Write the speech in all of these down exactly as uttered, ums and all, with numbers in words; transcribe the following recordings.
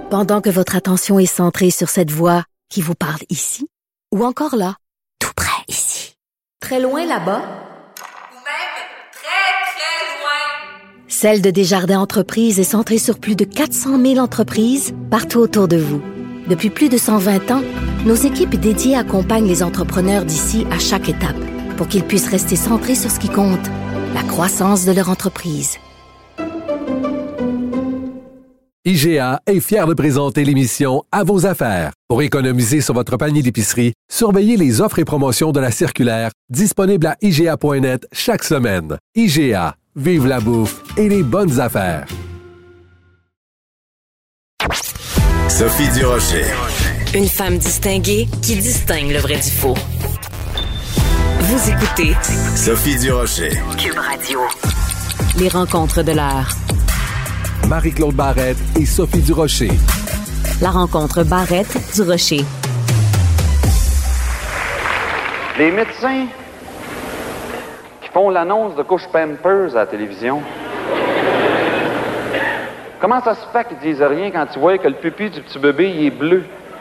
Pendant que votre attention est centrée sur cette voix qui vous parle ici, ou encore là, tout près ici, très loin là-bas, ou même très, très loin. Celle de Desjardins Entreprises est centrée sur plus de quatre cent mille entreprises partout autour de vous. Depuis plus de cent vingt ans, nos équipes dédiées accompagnent les entrepreneurs d'ici à chaque étape pour qu'ils puissent rester centrés sur ce qui compte, la croissance de leur entreprise. I G A est fier de présenter l'émission À vos affaires. Pour économiser sur votre panier d'épicerie, surveillez les offres et promotions de la circulaire disponible à I G A point net chaque semaine. I G A, vive la bouffe et les bonnes affaires. Sophie Durocher. Une femme distinguée qui distingue le vrai du faux. Vous écoutez Sophie Durocher. Cube Radio. Les rencontres de l'heure. Marie-Claude Barrette et Sophie Durocher. La rencontre Barrette-Durocher. Les médecins qui font l'annonce de couche Pampers à la télévision, comment ça se fait qu'ils disent rien quand tu vois que le pipi du petit bébé, il est bleu?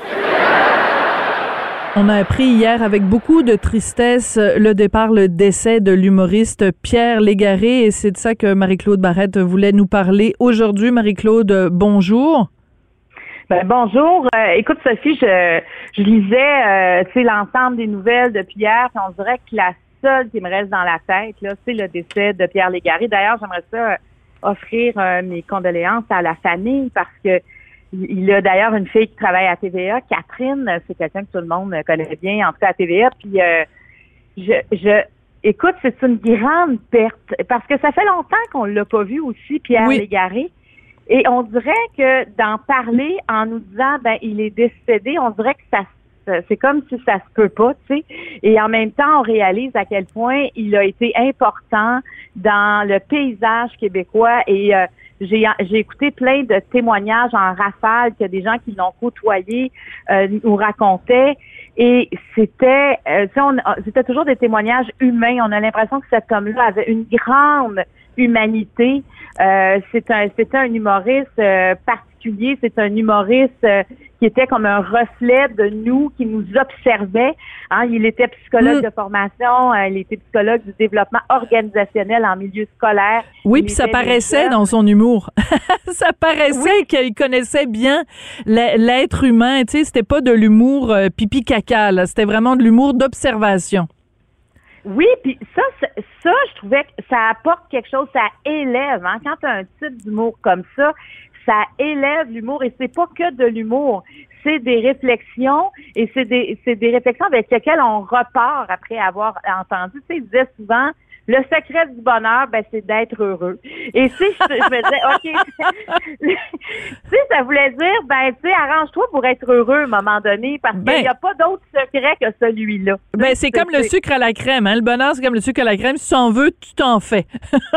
On a appris hier avec beaucoup de tristesse le départ, le décès de l'humoriste Pierre Légaré, et c'est de ça que Marie-Claude Barrette voulait nous parler aujourd'hui. Marie-Claude, bonjour. Ben, bonjour. Euh, écoute, Sophie, je, je lisais euh, tu sais, l'ensemble des nouvelles depuis hier, puis on dirait que la seule qui me reste dans la tête, là, c'est le décès de Pierre Légaré. D'ailleurs, j'aimerais ça euh, offrir euh, mes condoléances à la famille parce que il a d'ailleurs une fille qui travaille à T V A, Catherine, c'est quelqu'un que tout le monde connaît bien, en tout cas à T V A. Puis euh, je, je, écoute, c'est une grande perte parce que ça fait longtemps qu'on l'a pas vu aussi, Pierre oui. Légaré. Et on dirait que d'en parler en nous disant, ben il est décédé, on dirait que ça, c'est comme si ça se peut pas, tu sais. Et en même temps, on réalise à quel point il a été important dans le paysage québécois et euh, J'ai, j'ai écouté plein de témoignages en rafale que des gens qui l'ont côtoyé euh, nous racontaient. Et c'était, euh, on, c'était toujours des témoignages humains. On a l'impression que cet homme-là avait une grande humanité. Euh, c'est un, c'était un humoriste euh, particulier. C'est un humoriste euh, qui était comme un reflet de nous, qui nous observait. Hein, il était psychologue mmh. de formation, euh, il était psychologue du développement organisationnel en milieu scolaire. Oui, puis ça paraissait dans son humour. Ça paraissait oui. qu'il connaissait bien l'être humain. Tu sais, c'était pas de l'humour euh, pipi caca, là. C'était vraiment de l'humour d'observation. Oui, puis ça, ça, je trouvais que ça apporte quelque chose, ça élève. Hein? Quand tu as un type d'humour comme ça, ça élève l'humour et c'est pas que de l'humour, c'est des réflexions et c'est des c'est des réflexions avec lesquelles on repart après avoir entendu. Tu sais, il disait souvent le secret du bonheur, ben c'est d'être heureux. Et si je, je me disais, ok, si ça voulait dire, ben tu sais, arrange-toi pour être heureux à un moment donné, parce ben, qu'il n'y a pas d'autre secret que celui-là. Ben c'est, c'est comme c'est, le sucre à la crème, hein. Le bonheur, c'est comme le sucre à la crème. Si tu en veux, tu t'en fais.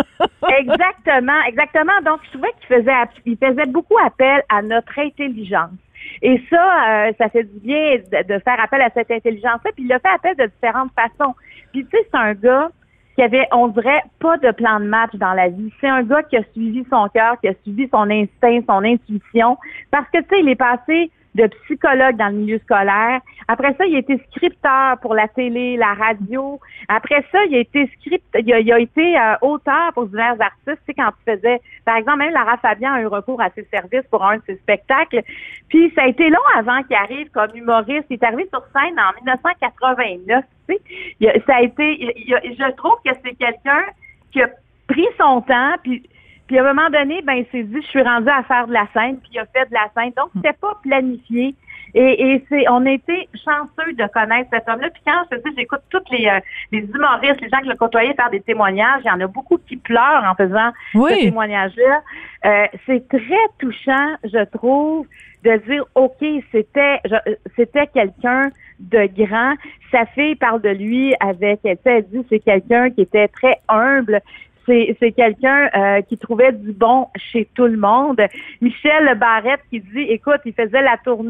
Exactement, exactement. Donc je trouvais qu'il faisait, il faisait beaucoup appel à notre intelligence. Et ça, euh, ça fait du bien de, de faire appel à cette intelligence-là. Puis il a fait appel de différentes façons. Puis tu sais, c'est un gars qui avait, on dirait, pas de plan de match dans la vie. C'est un gars qui a suivi son cœur, qui a suivi son instinct, son intuition. Parce que, tu sais, il est passé de psychologue dans le milieu scolaire. Après ça, il a été scripteur pour la télé, la radio. Après ça, il a été script, il a, il a été euh, auteur pour divers artistes. Tu sais, quand il faisait, par exemple, même Lara Fabian a eu recours à ses services pour un de ses spectacles. Puis ça a été long avant qu'il arrive comme humoriste. Il est arrivé sur scène en dix-neuf cent quatre-vingt-neuf. Tu sais, il a, ça a été, il, il, je trouve que c'est quelqu'un qui a pris son temps, puis Puis à un moment donné, ben il s'est dit, je suis rendu à faire de la scène, puis il a fait de la scène. Donc, c'était pas planifié. Et, et c'est, on a été chanceux de connaître cet homme-là. Puis quand je te dis, j'écoute tous les, euh, les humoristes, les gens que je côtoyais faire des témoignages, il y en a beaucoup qui pleurent en faisant oui. ce témoignage-là. Euh, c'est très touchant, je trouve, de dire, OK, c'était, je, c'était quelqu'un de grand. Sa fille parle de lui avec, elle, elle dit, c'est quelqu'un qui était très humble. C'est, c'est quelqu'un euh, qui trouvait du bon chez tout le monde. Michel Barrette qui dit, écoute, il faisait la tournée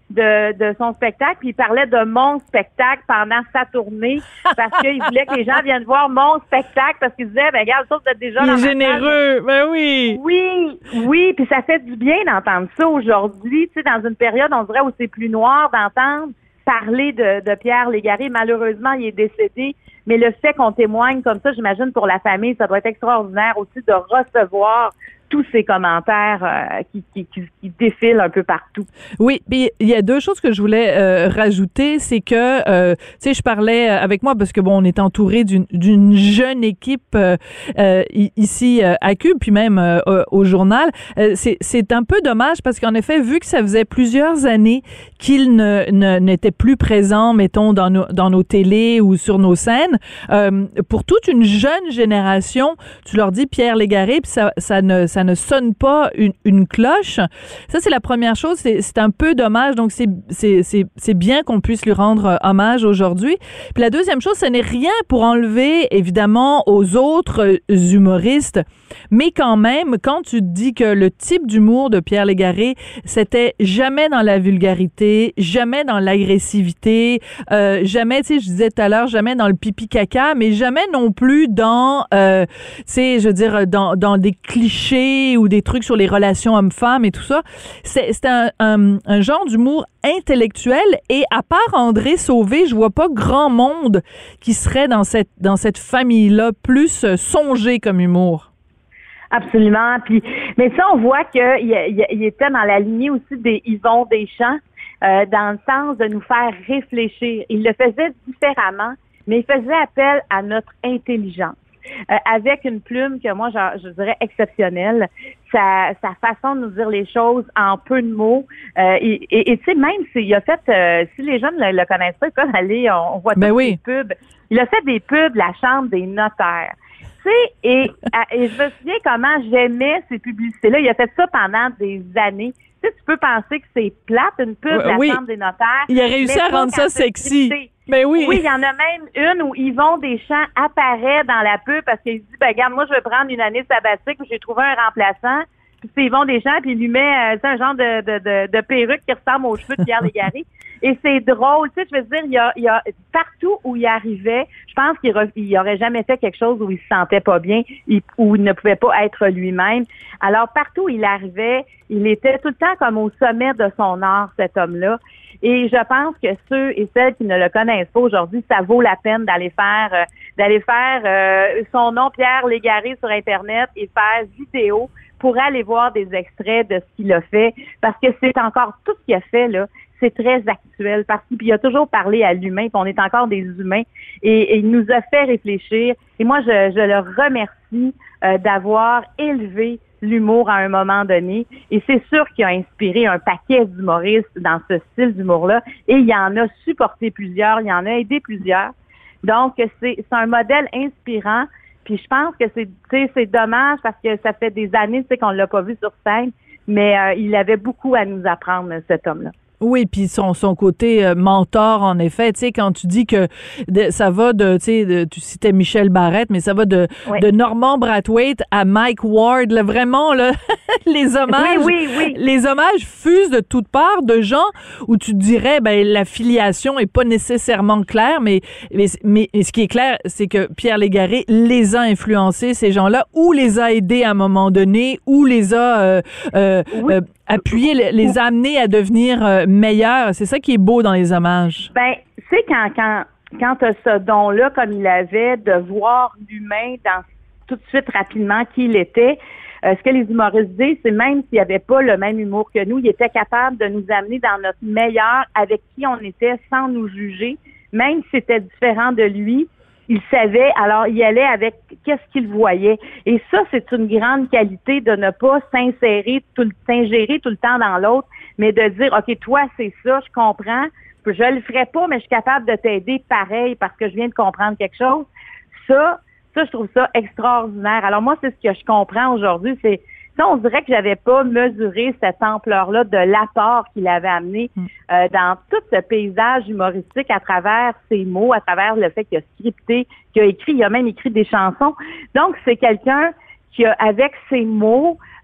de, de son spectacle, puis il parlait de mon spectacle pendant sa tournée, parce qu'il voulait que les gens viennent voir mon spectacle, parce qu'il disait, ben regarde, ça, vous êtes déjà il dans est ma généreux, salle. ben oui! Oui, oui, puis ça fait du bien d'entendre ça aujourd'hui, tu sais, dans une période, on dirait, où c'est plus noir d'entendre parler de, de Pierre Légaré. Malheureusement, il est décédé, mais le fait qu'on témoigne comme ça, j'imagine, pour la famille, ça doit être extraordinaire aussi de recevoir tous ces commentaires euh, qui, qui, qui, qui défilent un peu partout. Oui, puis il y a deux choses que je voulais euh, rajouter, c'est que, euh, tu sais, je parlais avec moi parce que, bon, on est entouré d'une, d'une jeune équipe euh, euh, ici euh, à Cube, puis même euh, au journal. Euh, c'est, c'est un peu dommage parce qu'en effet, vu que ça faisait plusieurs années qu'il ne, ne, n'était plus présent, mettons, dans nos, dans nos télés ou sur nos scènes, euh, pour toute une jeune génération, tu leur dis Pierre Légaré, puis ça, ça ne ça ne sonne pas une, une cloche. Ça, c'est la première chose. C'est, c'est un peu dommage. Donc, c'est, c'est, c'est, c'est bien qu'on puisse lui rendre euh, hommage aujourd'hui. Puis la deuxième chose, ce n'est rien pour enlever, évidemment, aux autres euh, humoristes. Mais quand même, quand tu te dis que le type d'humour de Pierre Légaré, c'était jamais dans la vulgarité, jamais dans l'agressivité, euh, jamais, tu sais, je disais tout à l'heure, jamais dans le pipi-caca, mais jamais non plus dans, euh, tu sais, je veux dire, dans, dans des clichés ou des trucs sur les relations hommes-femmes et tout ça. C'est, c'est un, un, un genre d'humour intellectuel et à part André Sauvé, je vois pas grand monde qui serait dans cette, dans cette famille-là plus euh, songé comme humour. Absolument. Puis, mais ça, on voit qu'il il, il était dans la lignée aussi des Yvon Deschamps, euh, dans le sens de nous faire réfléchir. Il le faisait différemment, mais il faisait appel à notre intelligence. Euh, avec une plume que moi, je, je dirais exceptionnelle, sa, sa façon de nous dire les choses en peu de mots. Euh, et et, et tu sais, même s'il a fait, euh, si les jeunes ne le, le connaissent pas, ils peuvent aller, on, on voit ben tous oui. des pubs. Il a fait des pubs, la Chambre des notaires. Tu sais, et, et je me souviens comment j'aimais ces publicités-là. Il a fait ça pendant des années. Tu sais, tu peux penser que c'est plate, une pub de la oui. Chambre des notaires. Il a réussi à rendre ça sexy. Ben oui. Oui, il y en a même une où Yvon Deschamps apparaît dans la pub parce qu'il dit, ben regarde, moi je vais prendre une année sabbatique où j'ai trouvé un remplaçant. Puis c'est Yvon Deschamps, puis il lui met euh, un genre de, de, de, de perruque qui ressemble aux cheveux de Pierre Légaré. Et c'est drôle, tu sais, je veux dire, il y a, il y a partout où il arrivait, je pense qu'il re, il aurait jamais fait quelque chose où il se sentait pas bien, il, où il ne pouvait pas être lui-même. Alors partout où il arrivait, il était tout le temps comme au sommet de son art, cet homme-là. Et je pense que ceux et celles qui ne le connaissent pas aujourd'hui, ça vaut la peine d'aller faire euh, d'aller faire euh, son nom Pierre Légaré sur Internet et faire vidéo pour aller voir des extraits de ce qu'il a fait, parce que c'est encore tout ce qu'il a fait là, c'est très actuel, parce qu'il a toujours parlé à l'humain, puis on est encore des humains, et, et il nous a fait réfléchir. Et moi, je, je le remercie euh, d'avoir élevé l'humour à un moment donné, et c'est sûr qu'il a inspiré un paquet d'humoristes dans ce style d'humour-là, et il en a supporté plusieurs, il en a aidé plusieurs. Donc, c'est, c'est un modèle inspirant. Puis je pense que c'est, tu sais, c'est dommage parce que ça fait des années, tu sais, qu'on l'a pas vu sur scène, mais euh, il avait beaucoup à nous apprendre, cet homme-là. Oui, puis son son côté euh, mentor, en effet, tu sais, quand tu dis que de, ça va de, tu sais, de, tu citais Michel Barrette, mais ça va de, oui. de Norman Brathwaite à Mike Ward, là, vraiment, là, les hommages, oui, oui, oui. les hommages fusent de toutes parts de gens où tu dirais, ben, la filiation est pas nécessairement claire, mais, mais, mais ce qui est clair, c'est que Pierre Légaré les a influencés, ces gens-là, ou les a aidés à un moment donné, ou les a euh, euh, oui. euh, appuyer, les, les amener à devenir euh, meilleurs. C'est ça qui est beau dans les hommages. Ben, tu sais, quand, quand, quand tu as ce don-là, comme il avait, de voir l'humain dans tout de suite, rapidement, qui il était, euh, ce que les humoristes disent, c'est même s'il n'y avait pas le même humour que nous, il était capable de nous amener dans notre meilleur, avec qui on était, sans nous juger, même si c'était différent de lui. Il savait, alors il allait avec qu'est-ce qu'il voyait. Et ça, c'est une grande qualité de ne pas s'insérer, tout, s'ingérer tout le temps dans l'autre, mais de dire, OK, toi, c'est ça, je comprends, je le ferai pas, mais je suis capable de t'aider pareil parce que je viens de comprendre quelque chose. Ça, ça, je trouve ça extraordinaire. Alors moi, c'est ce que je comprends aujourd'hui, c'est ça, on dirait que j'avais pas mesuré cette ampleur-là de l'apport qu'il avait amené euh, dans tout ce paysage humoristique à travers ses mots, à travers le fait qu'il a scripté, qu'il a écrit, il a même écrit des chansons. Donc, c'est quelqu'un qui a, avec ses mots,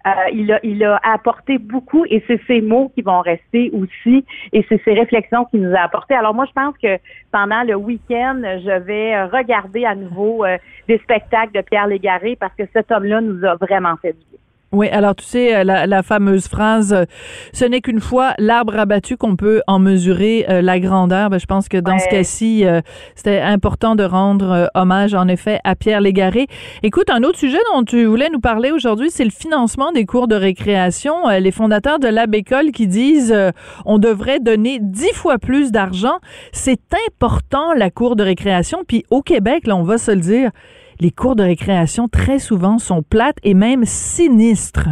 Euh, il a, il a apporté beaucoup et c'est ces mots qui vont rester aussi et c'est ces réflexions qu'il nous a apportées. Alors moi, je pense que pendant le week-end, je vais regarder à nouveau euh, des spectacles de Pierre Légaré parce que cet homme-là nous a vraiment fait du bien. Oui, alors tu sais, la, la fameuse phrase euh, « Ce n'est qu'une fois l'arbre abattu qu'on peut en mesurer euh, la grandeur », ben, je pense que dans ouais. ce cas-ci, euh, c'était important de rendre euh, hommage, en effet, à Pierre Légaré. Écoute, un autre sujet dont tu voulais nous parler aujourd'hui, c'est le financement des cours de récréation. Euh, les fondateurs de l'Abécole qui disent euh, on devrait donner dix fois plus d'argent. C'est important, la cour de récréation. Puis au Québec, là, on va se le dire, les cours de récréation, très souvent, sont plates et même sinistres.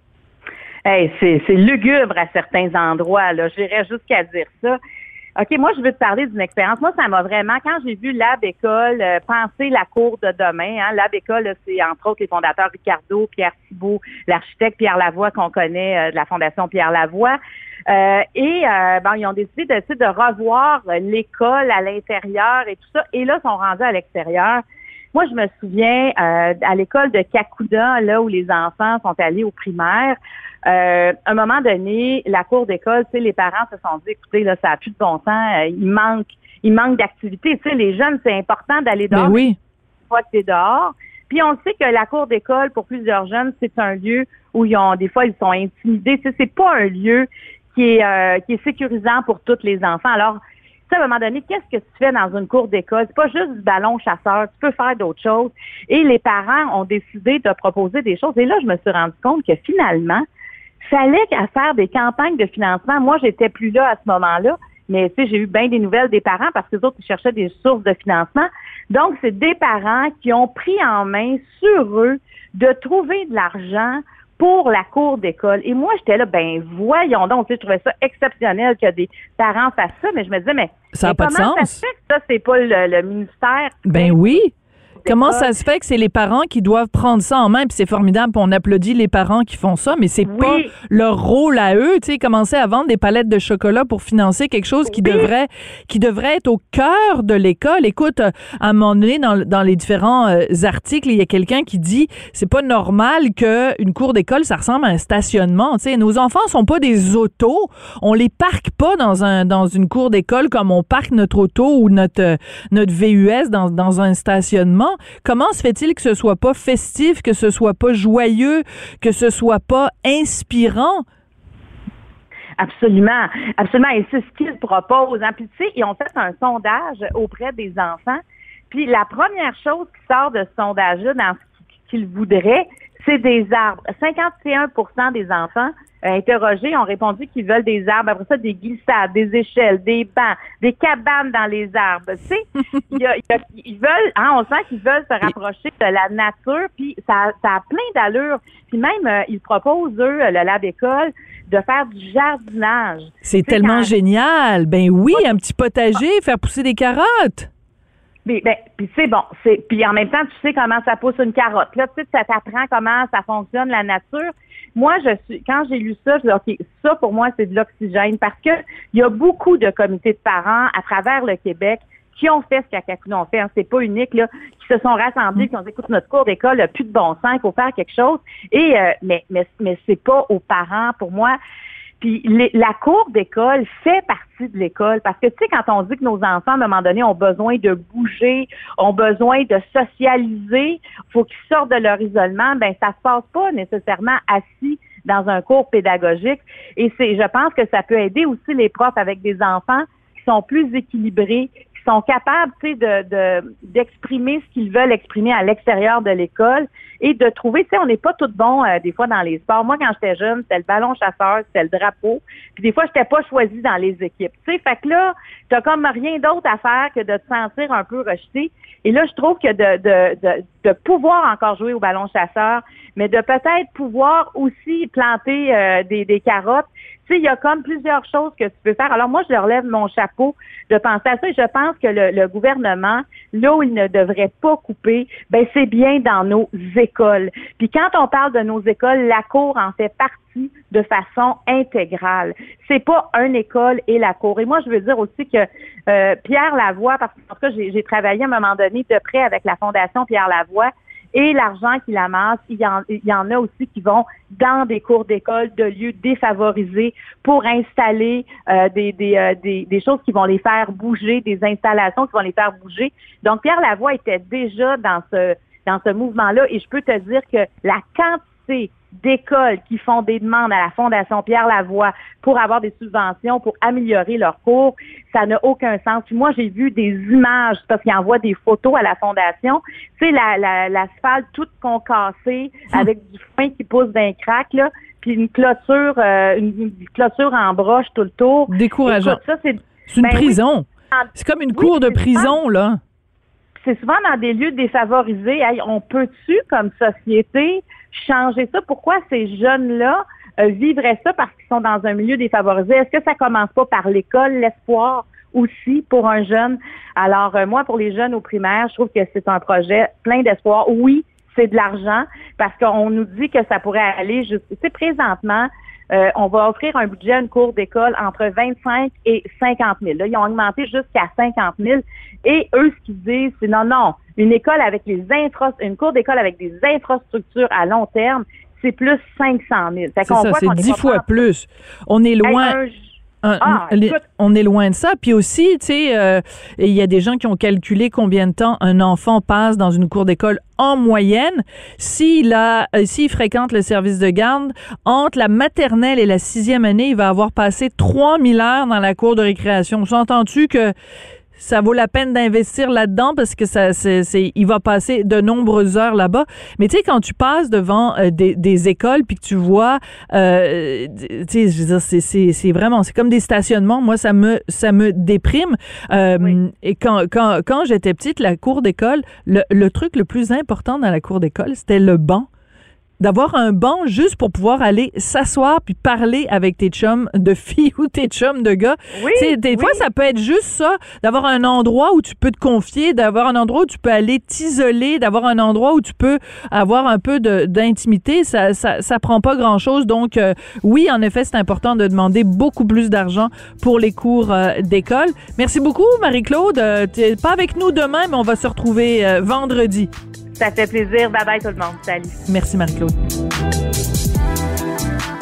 Hey, c'est, c'est lugubre à certains endroits, là. J'irais jusqu'à dire ça. OK, moi, je veux te parler d'une expérience. Moi, ça m'a vraiment, quand j'ai vu l'Abécole euh, penser la cour de demain, hein, l'Abécole, là, c'est entre autres les fondateurs Ricardo, Pierre Thibault, l'architecte Pierre Lavoie qu'on connaît euh, de la Fondation Pierre Lavoie. Euh, et euh, bon, ils ont décidé de, de revoir l'école à l'intérieur et tout ça. Et là, ils sont rendus à l'extérieur. Moi, je me souviens, euh, à l'école de Kakuda, là où les enfants sont allés au primaire, euh, à un moment donné, la cour d'école, tu sais, les parents se sont dit, écoutez, là, ça n'a plus de bon sens, euh, il manque, il manque d'activité. Tu sais, les jeunes, c'est important d'aller dehors. Mais oui. Fois que t'es dehors. Puis on sait que la cour d'école, pour plusieurs jeunes, c'est un lieu où ils ont, des fois, ils sont intimidés. Tu sais, c'est pas un lieu qui est, euh, qui est sécurisant pour tous les enfants. Alors, à un moment donné, qu'est-ce que tu fais dans une cour d'école? C'est pas juste du ballon chasseur, tu peux faire d'autres choses. Et les parents ont décidé de proposer des choses. Et là, je me suis rendu compte que finalement, fallait qu'à faire des campagnes de financement. Moi, j'étais plus là à ce moment-là, mais tu sais, j'ai eu bien des nouvelles des parents parce que les autres, ils cherchaient des sources de financement. Donc, c'est des parents qui ont pris en main sur eux de trouver de l'argent pour la cour d'école. Et moi, j'étais là, ben voyons donc, tu sais, je trouvais ça exceptionnel que des parents fassent ça, mais je me disais, mais, ça mais pas comment de sens. ça se fait que ça, c'est pas le, le ministère? Ben oui. Comment ça se fait que c'est les parents qui doivent prendre ça en main, puis c'est formidable, puis on applaudit les parents qui font ça, mais c'est oui. pas leur rôle à eux, tu sais, commencer à vendre des palettes de chocolat pour financer quelque chose qui oui. devrait qui devrait être au cœur de l'école. Écoute, à un moment donné, dans, dans les différents euh, articles, il y a quelqu'un qui dit c'est pas normal qu'une cour d'école, ça ressemble à un stationnement, tu sais, nos enfants sont pas des autos, on les parque pas dans un dans une cour d'école comme on parque notre auto ou notre notre V U S dans dans un stationnement. Comment se fait-il que ce soit pas festif, que ce soit pas joyeux, que ce soit pas inspirant? Absolument, absolument. Et c'est ce qu'ils proposent. Hein. Puis tu sais, ils ont fait un sondage auprès des enfants. Puis la première chose qui sort de ce sondage-là, dans ce qu'ils voudraient, c'est des arbres. cinquante et un pour cent des enfants euh, interrogés ont répondu qu'ils veulent des arbres. Après ça, des glissades, des échelles, des bancs, des cabanes dans les arbres. Tu sais, il y a, il y a, ils veulent, hein, on sent qu'ils veulent se rapprocher de la nature. Puis ça, ça a plein d'allures. Puis même, euh, ils proposent, eux, le Lab-École, de faire du jardinage. C'est t'sais, tellement quand... génial. Ben oui, un petit potager, faire pousser des carottes. Mais ben, puis c'est bon, c'est puis en même temps, tu sais comment ça pousse une carotte. Là, tu sais, ça t'apprend comment ça fonctionne la nature. Moi, je suis quand j'ai lu ça, je dis OK, ça pour moi c'est de l'oxygène parce que il y a beaucoup de comités de parents à travers le Québec qui ont fait ce qu'Acadie ont fait. Hein, c'est pas unique là, qui se sont rassemblés, qui ont dit écoute notre cours d'école n'a plus de bon sens, il faut faire quelque chose. Et euh, mais mais mais c'est pas aux parents pour moi. Puis les, la cour d'école fait partie de l'école parce que, tu sais, quand on dit que nos enfants, à un moment donné, ont besoin de bouger, ont besoin de socialiser, faut qu'ils sortent de leur isolement, ben ça se passe pas nécessairement assis dans un cours pédagogique. Et c'est, je pense que ça peut aider aussi les profs avec des enfants qui sont plus équilibrés, qui sont capables, tu sais, de, de d'exprimer ce qu'ils veulent exprimer à l'extérieur de l'école et de trouver, tu sais, on n'est pas toutes bons euh, des fois dans les sports. Moi, quand j'étais jeune, c'était le ballon chasseur, c'était le drapeau, puis des fois, j'étais pas choisie dans les équipes, tu sais. Fait que là, t'as comme rien d'autre à faire que de te sentir un peu rejeté. Et là, je trouve que de, de, de, de pouvoir encore jouer au ballon chasseur, mais de peut-être pouvoir aussi planter euh, des, des carottes. Tu sais, il y a comme plusieurs choses que tu peux faire. Alors moi, je leur lève mon chapeau de penser à ça et je pense que le, le gouvernement, là où il ne devrait pas couper, ben c'est bien dans nos écoles. Puis quand on parle de nos écoles, la cour en fait partie de façon intégrale. C'est pas une école et la cour. Et moi, je veux dire aussi que euh, Pierre Lavoie, parce que en tout cas, j'ai, j'ai travaillé à un moment donné de près avec la Fondation Pierre Lavoie, et l'argent qu'ils amassent, il y en, il y en a aussi qui vont dans des cours d'école de lieux défavorisés pour installer euh, des, des, euh, des, des choses qui vont les faire bouger, des installations qui vont les faire bouger. Donc, Pierre Lavoie était déjà dans ce dans ce mouvement-là et je peux te dire que la quantité d'écoles qui font des demandes à la Fondation Pierre Lavoie pour avoir des subventions, pour améliorer leurs cours, ça n'a aucun sens. Puis moi, j'ai vu des images, parce qu'ils envoient des photos à la Fondation, tu sais, la, la, l'asphalte toute concassée, avec du foin qui pousse d'un crack, là, puis une clôture, euh, une, une clôture en broche tout le tour. Décourageant. Écoute, ça, c'est, c'est une ben prison. Oui, c'est comme une cour oui, de prison, souvent, là. C'est souvent dans des lieux défavorisés. Hey, on peut-tu, comme société, changer ça? Pourquoi ces jeunes-là euh, vivraient ça parce qu'ils sont dans un milieu défavorisé? Est-ce que ça commence pas par l'école, l'espoir aussi pour un jeune? Alors, euh, moi, pour les jeunes au primaire, je trouve que c'est un projet plein d'espoir. Oui, c'est de l'argent parce qu'on nous dit que ça pourrait aller juste... Tu sais, présentement, euh, on va offrir un budget à une cour d'école entre vingt-cinq et cinquante mille. Là, ils ont augmenté jusqu'à cinquante mille. Et eux, ce qu'ils disent, c'est non, non, une école avec les infra, une cour d'école avec des infrastructures à long terme, c'est plus cinq cent mille. C'est ça, c'est dix fois plus. On est loin... Hey, un... Ah, on est loin de ça. Puis aussi, tu sais, euh, il y a des gens qui ont calculé combien de temps un enfant passe dans une cour d'école en moyenne. S'il a, euh, s'il fréquente le service de garde, entre la maternelle et la sixième année, il va avoir passé trois mille heures dans la cour de récréation. S'entends-tu que ça vaut la peine d'investir là-dedans parce que ça, c'est, c'est, il va passer de nombreuses heures là-bas. Mais tu sais, quand tu passes devant euh, des, des écoles puis que tu vois, euh, tu sais, je veux dire, c'est, c'est, c'est vraiment, c'est comme des stationnements. Moi, ça me, ça me déprime. Euh, oui. Et quand, quand, quand j'étais petite, la cour d'école, le, le truc le plus important dans la cour d'école, c'était le banc. D'avoir un banc juste pour pouvoir aller s'asseoir puis parler avec tes chums de filles ou tes chums de gars. Oui, t'sais, des oui. fois, ça peut être juste ça, d'avoir un endroit où tu peux te confier, d'avoir un endroit où tu peux aller t'isoler, d'avoir un endroit où tu peux avoir un peu de, d'intimité. Ça, ça, ça prend pas grand-chose. Donc, euh, oui, en effet, c'est important de demander beaucoup plus d'argent pour les cours euh, d'école. Merci beaucoup, Marie-Claude. Euh, t'es pas avec nous demain, mais on va se retrouver euh, vendredi. Ça fait plaisir. Bye bye tout le monde. Salut. Merci Marie-Claude.